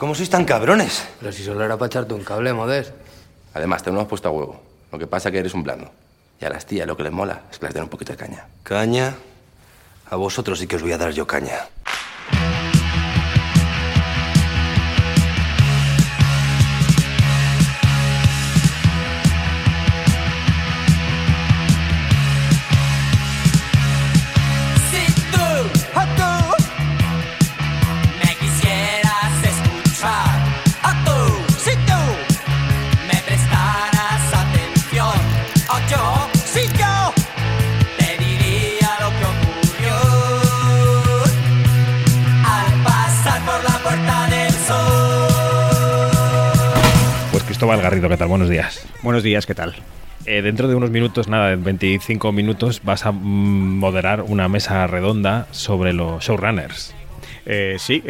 ¿Cómo sois tan cabrones? Pero si solo era para echarte un cable, Modes. Además, te lo hemos puesto a huevo. Lo que pasa es que eres un blando. Y a las tías lo que les mola es que les den un poquito de caña. ¿Caña? A vosotros sí que os voy a dar yo caña. Cristóbal Garrido, ¿qué tal? Buenos días. Buenos días, ¿qué tal? Dentro de unos minutos, nada, en 25 minutos, vas a moderar una mesa redonda sobre los showrunners. Sí,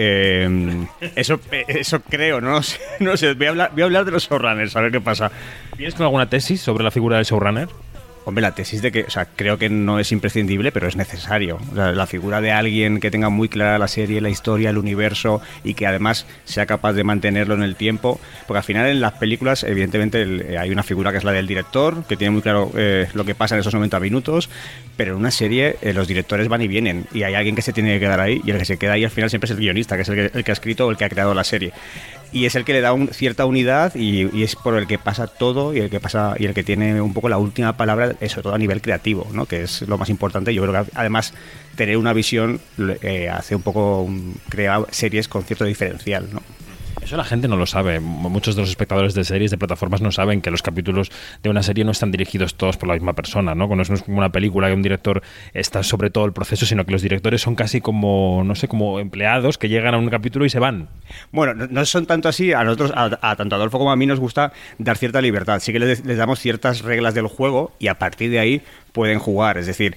eso creo, no sé, voy a hablar de los showrunners, a ver qué pasa. ¿Tienes con alguna tesis sobre la figura del showrunner? Hombre, la tesis de que, creo que no es imprescindible, pero es necesario. O sea, la figura de alguien que tenga muy clara la serie, la historia, el universo y que además sea capaz de mantenerlo en el tiempo. Porque al final en las películas, evidentemente, hay una figura que es la del director, que tiene muy claro lo que pasa en esos 90 minutos, pero en una serie los directores van y vienen y hay alguien que se tiene que quedar ahí y el que se queda ahí al final siempre es el guionista, que es el que ha escrito o el que ha creado la serie. Y es el que le da cierta unidad y es por el que pasa todo y el que tiene un poco la última palabra, sobre todo a nivel creativo, ¿no? Que es lo más importante. Yo creo que además tener una visión hace un poco crear series con cierto diferencial, ¿no? Eso la gente no lo sabe. Muchos de los espectadores de series, de plataformas, no saben que los capítulos de una serie no están dirigidos todos por la misma persona, ¿no? No es como una película que un director está sobre todo el proceso, sino que los directores son casi como, no sé, como empleados que llegan a un capítulo y se van. Bueno, no son tanto así. A nosotros, tanto a Adolfo como a mí, nos gusta dar cierta libertad. Sí que les damos ciertas reglas del juego y a partir de ahí pueden jugar. Es decir,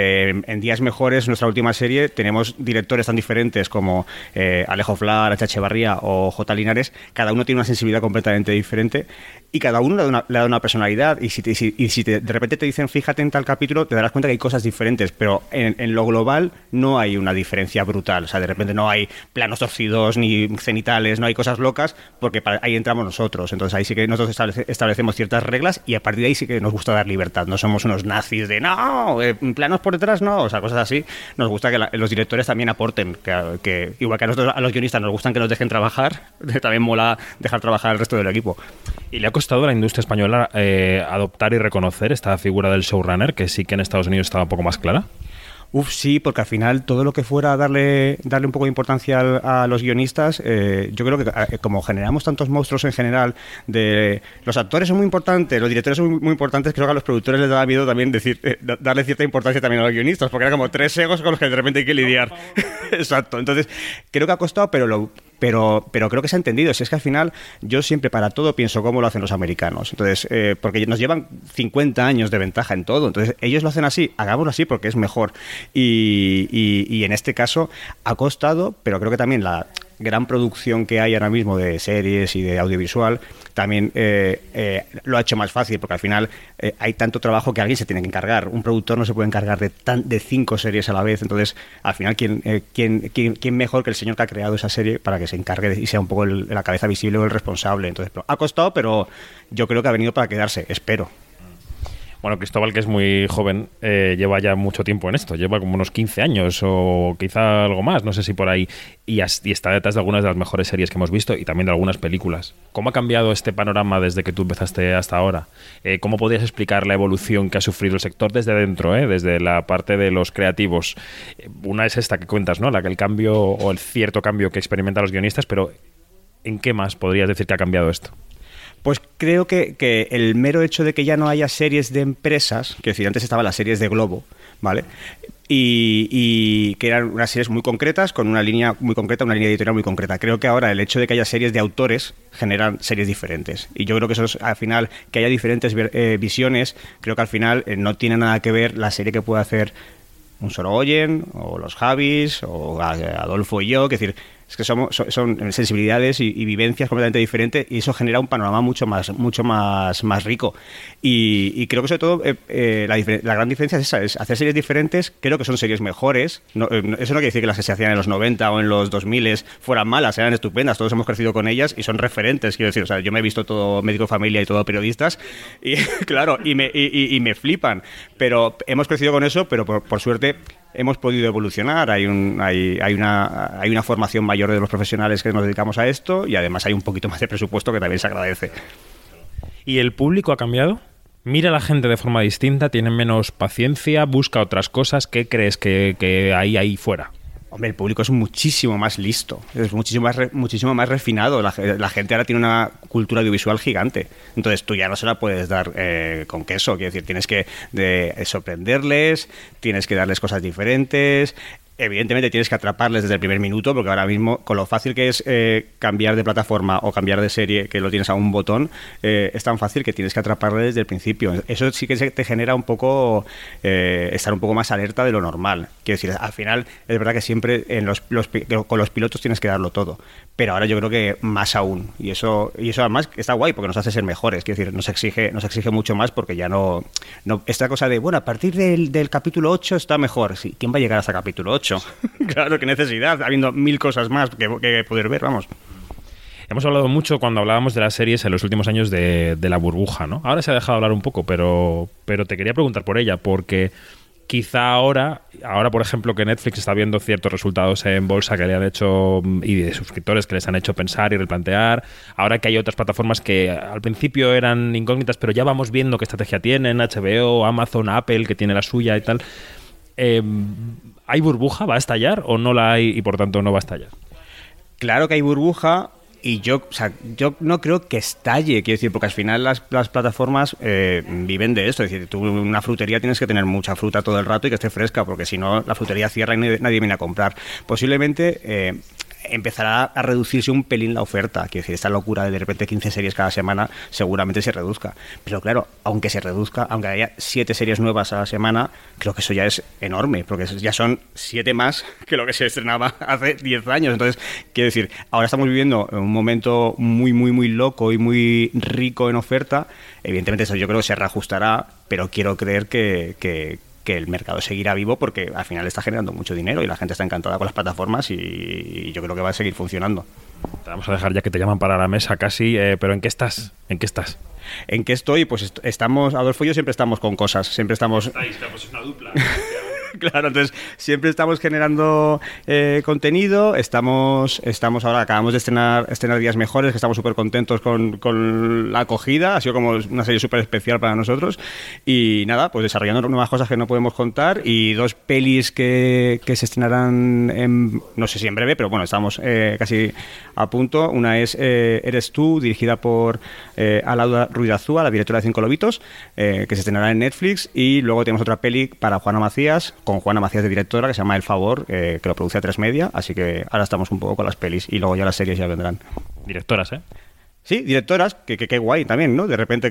en Días Mejores, nuestra última serie, tenemos directores tan diferentes como Alejo Flar, H.H. Barría o J. Linares. Cada uno tiene una sensibilidad completamente diferente y cada uno le da una personalidad. Y si de repente te dicen, fíjate en tal capítulo, te darás cuenta que hay cosas diferentes, pero en lo global no hay una diferencia brutal. O sea, de repente no hay planos torcidos ni cenitales, no hay cosas locas, porque ahí entramos nosotros. Entonces ahí sí que nosotros establecemos ciertas reglas y a partir de ahí sí que nos gusta dar libertad. No somos unos nazis de no, planos por detrás no, o sea, cosas así. Nos gusta que los directores también aporten, que igual que a nosotros, a los guionistas nos gustan que nos dejen trabajar, también mola dejar trabajar al resto del equipo. ¿Y le ha costado a la industria española adoptar y reconocer esta figura del showrunner, que sí que en Estados Unidos estaba un poco más clara? Sí, porque al final todo lo que fuera darle un poco de importancia a los guionistas, yo creo que como generamos tantos monstruos en general, de los actores son muy importantes, los directores son muy importantes, creo que a los productores les daba miedo también darle cierta importancia también a los guionistas, porque era como tres egos con los que de repente hay que lidiar. Exacto, entonces creo que ha costado, pero creo que se ha entendido. Si es que al final yo siempre para todo pienso cómo lo hacen los americanos. Entonces, porque nos llevan 50 años de ventaja en todo. Entonces, ellos lo hacen así, hagámoslo así porque es mejor. Y en este caso ha costado, pero creo que también la gran producción que hay ahora mismo de series y de audiovisual también lo ha hecho más fácil, porque al final hay tanto trabajo que alguien se tiene que encargar. Un productor no se puede encargar de 5 series a la vez. Entonces, al final, ¿quién mejor que el señor que ha creado esa serie para que se encargue y sea un poco la cabeza visible o el responsable? Entonces, ha costado, pero yo creo que ha venido para quedarse, espero. Bueno, Cristóbal, que es muy joven, lleva ya mucho tiempo en esto, lleva como unos 15 años o quizá algo más, no sé si por ahí, y está detrás de algunas de las mejores series que hemos visto y también de algunas películas. ¿Cómo ha cambiado este panorama desde que tú empezaste hasta ahora? ¿Cómo podrías explicar la evolución que ha sufrido el sector desde dentro, desde la parte de los creativos? Una es esta que cuentas, ¿no? El cambio o el cierto cambio que experimentan los guionistas, pero ¿en qué más podrías decir que ha cambiado esto? Pues creo que el mero hecho de que ya no haya series de empresas, que decir, antes estaban las series de Globo, ¿vale? Y que eran unas series muy concretas, con una línea muy concreta, una línea editorial muy concreta. Creo que ahora el hecho de que haya series de autores generan series diferentes. Y yo creo que eso es, al final, que haya diferentes visiones, creo que al final no tiene nada que ver la serie que puede hacer un Sorogoyen, o los Javis, o Adolfo y yo, es decir, Es que son sensibilidades y vivencias completamente diferentes y eso genera un panorama mucho más rico. Y creo que sobre todo la gran diferencia es esa, es hacer series diferentes. Creo que son series mejores. Eso no quiere decir que las que se hacían en los 90 o en los 2000 fueran malas, eran estupendas. Todos hemos crecido con ellas y son referentes. Quiero decir, o sea, yo me he visto todo Médico de Familia y todo periodistas y claro, y me flipan. Pero hemos crecido con eso, pero por suerte hemos podido evolucionar, hay una formación mayor de los profesionales que nos dedicamos a esto y además hay un poquito más de presupuesto que también se agradece. ¿Y el público ha cambiado? ¿Mira a la gente de forma distinta? ¿Tiene menos paciencia? ¿Busca otras cosas? ¿Qué crees que hay ahí fuera? Hombre, el público es muchísimo más listo, es muchísimo más refinado. La gente ahora tiene una cultura audiovisual gigante. Entonces tú ya no se la puedes dar con queso. Quiero decir, tienes que sorprenderles, tienes que darles cosas diferentes. Evidentemente tienes que atraparles desde el primer minuto, porque ahora mismo, con lo fácil que es cambiar de plataforma o cambiar de serie, que lo tienes a un botón, es tan fácil que tienes que atraparles desde el principio. Eso sí que te genera un poco estar un poco más alerta de lo normal. Quiero decir, al final es verdad que siempre con los pilotos tienes que darlo todo, pero ahora yo creo que más aún. Y eso además está guay, porque nos hace ser mejores. Quiero decir, nos exige mucho más, porque ya no esta cosa de, bueno, a partir del capítulo 8 está mejor. Sí, ¿quién va a llegar hasta capítulo 8? Claro, qué necesidad, habiendo 1000 cosas más que poder ver, vamos. Hemos hablado mucho cuando hablábamos de las series en los últimos años de la burbuja, ¿no? Ahora se ha dejado hablar un poco, pero te quería preguntar por ella, porque quizá ahora, por ejemplo, que Netflix está viendo ciertos resultados en bolsa que le han hecho y de suscriptores que les han hecho pensar y replantear, ahora que hay otras plataformas que al principio eran incógnitas, pero ya vamos viendo qué estrategia tienen, HBO, Amazon, Apple, que tiene la suya y tal. ¿Hay burbuja? ¿Va a estallar o no la hay y por tanto no va a estallar? Claro que hay burbuja y yo no creo que estalle, quiero decir, porque al final las plataformas viven de esto. Es decir, tú una frutería tienes que tener mucha fruta todo el rato y que esté fresca, porque si no la frutería cierra y nadie viene a comprar. Posiblemente empezará a reducirse un pelín la oferta. Quiero decir, esta locura de repente 15 series cada semana seguramente se reduzca. Pero claro, aunque se reduzca, aunque haya 7 series nuevas a la semana, creo que eso ya es enorme, porque ya son 7 más que lo que se estrenaba hace 10 años. Entonces, quiero decir, ahora estamos viviendo un momento muy, muy, muy loco y muy rico en oferta. Evidentemente eso yo creo que se reajustará, pero quiero creer que el mercado seguirá vivo, porque al final está generando mucho dinero y la gente está encantada con las plataformas y yo creo que va a seguir funcionando. Te vamos a dejar ya que te llaman para la mesa casi, pero ¿en qué estás? ¿En qué estás? ¿En qué estoy? Pues estamos, Adolfo y yo siempre estamos con cosas, siempre estamos... Pues es una dupla. Claro, entonces siempre estamos generando contenido, estamos ahora, acabamos de estrenar Días Mejores, que estamos súper contentos con la acogida, ha sido como una serie súper especial para nosotros y nada, pues desarrollando nuevas cosas que no podemos contar y 2 pelis que se estrenarán no sé si en breve, pero bueno, estamos casi a punto. Una es Eres tú, dirigida por Alaura Ruiz Azúa, la directora de Cinco Lobitos, que se estrenará en Netflix, y luego tenemos otra peli para Juana Macías, con Juana Macías de directora, que se llama El Favor, que lo produce A3 Media, así que ahora estamos un poco con las pelis y luego ya las series ya vendrán. Directoras, ¿eh? Sí, directoras, que guay también, ¿no? De repente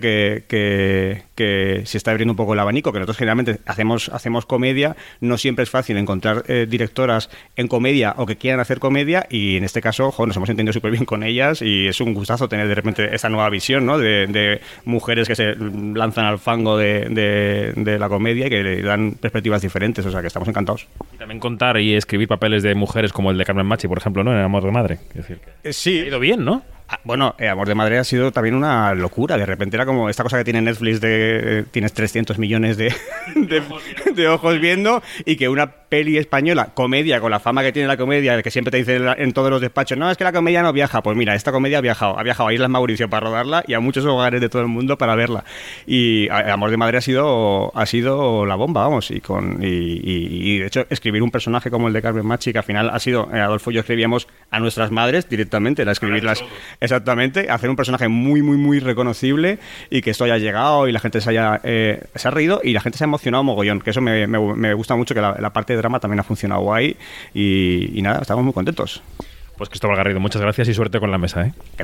que se está abriendo un poco el abanico, que nosotros generalmente hacemos comedia, no siempre es fácil encontrar directoras en comedia o que quieran hacer comedia, y en este caso, nos hemos entendido súper bien con ellas y es un gustazo tener de repente esta nueva visión, ¿no? De mujeres que se lanzan al fango de la comedia y que le dan perspectivas diferentes, o sea que estamos encantados. Y también contar y escribir papeles de mujeres como el de Carmen Machi, por ejemplo, ¿no? En Amor de Madre. Es decir, sí. Ha ido bien, ¿no? Bueno, Amor de Madre ha sido también una locura. De repente era como esta cosa que tiene Netflix de tienes 300 millones de ojos viendo, y que una peli española, comedia, con la fama que tiene la comedia, que siempre te dicen en todos los despachos, no, es que la comedia no viaja. Pues mira, esta comedia ha viajado a Islas Mauricio para rodarla y a muchos hogares de todo el mundo para verla. Y Amor de Madre ha sido la bomba, vamos. Y de hecho, escribir un personaje como el de Carmen Machi, que al final ha sido, Adolfo y yo escribíamos a nuestras madres directamente, era escribirlas. Exactamente, hacer un personaje muy, muy, muy reconocible y que esto haya llegado y la gente se ha reído y la gente se ha emocionado mogollón, que eso me gusta mucho, que la parte de drama también ha funcionado guay y nada, estamos muy contentos. Pues Cristóbal Garrido, muchas gracias y suerte con la mesa, ¿eh?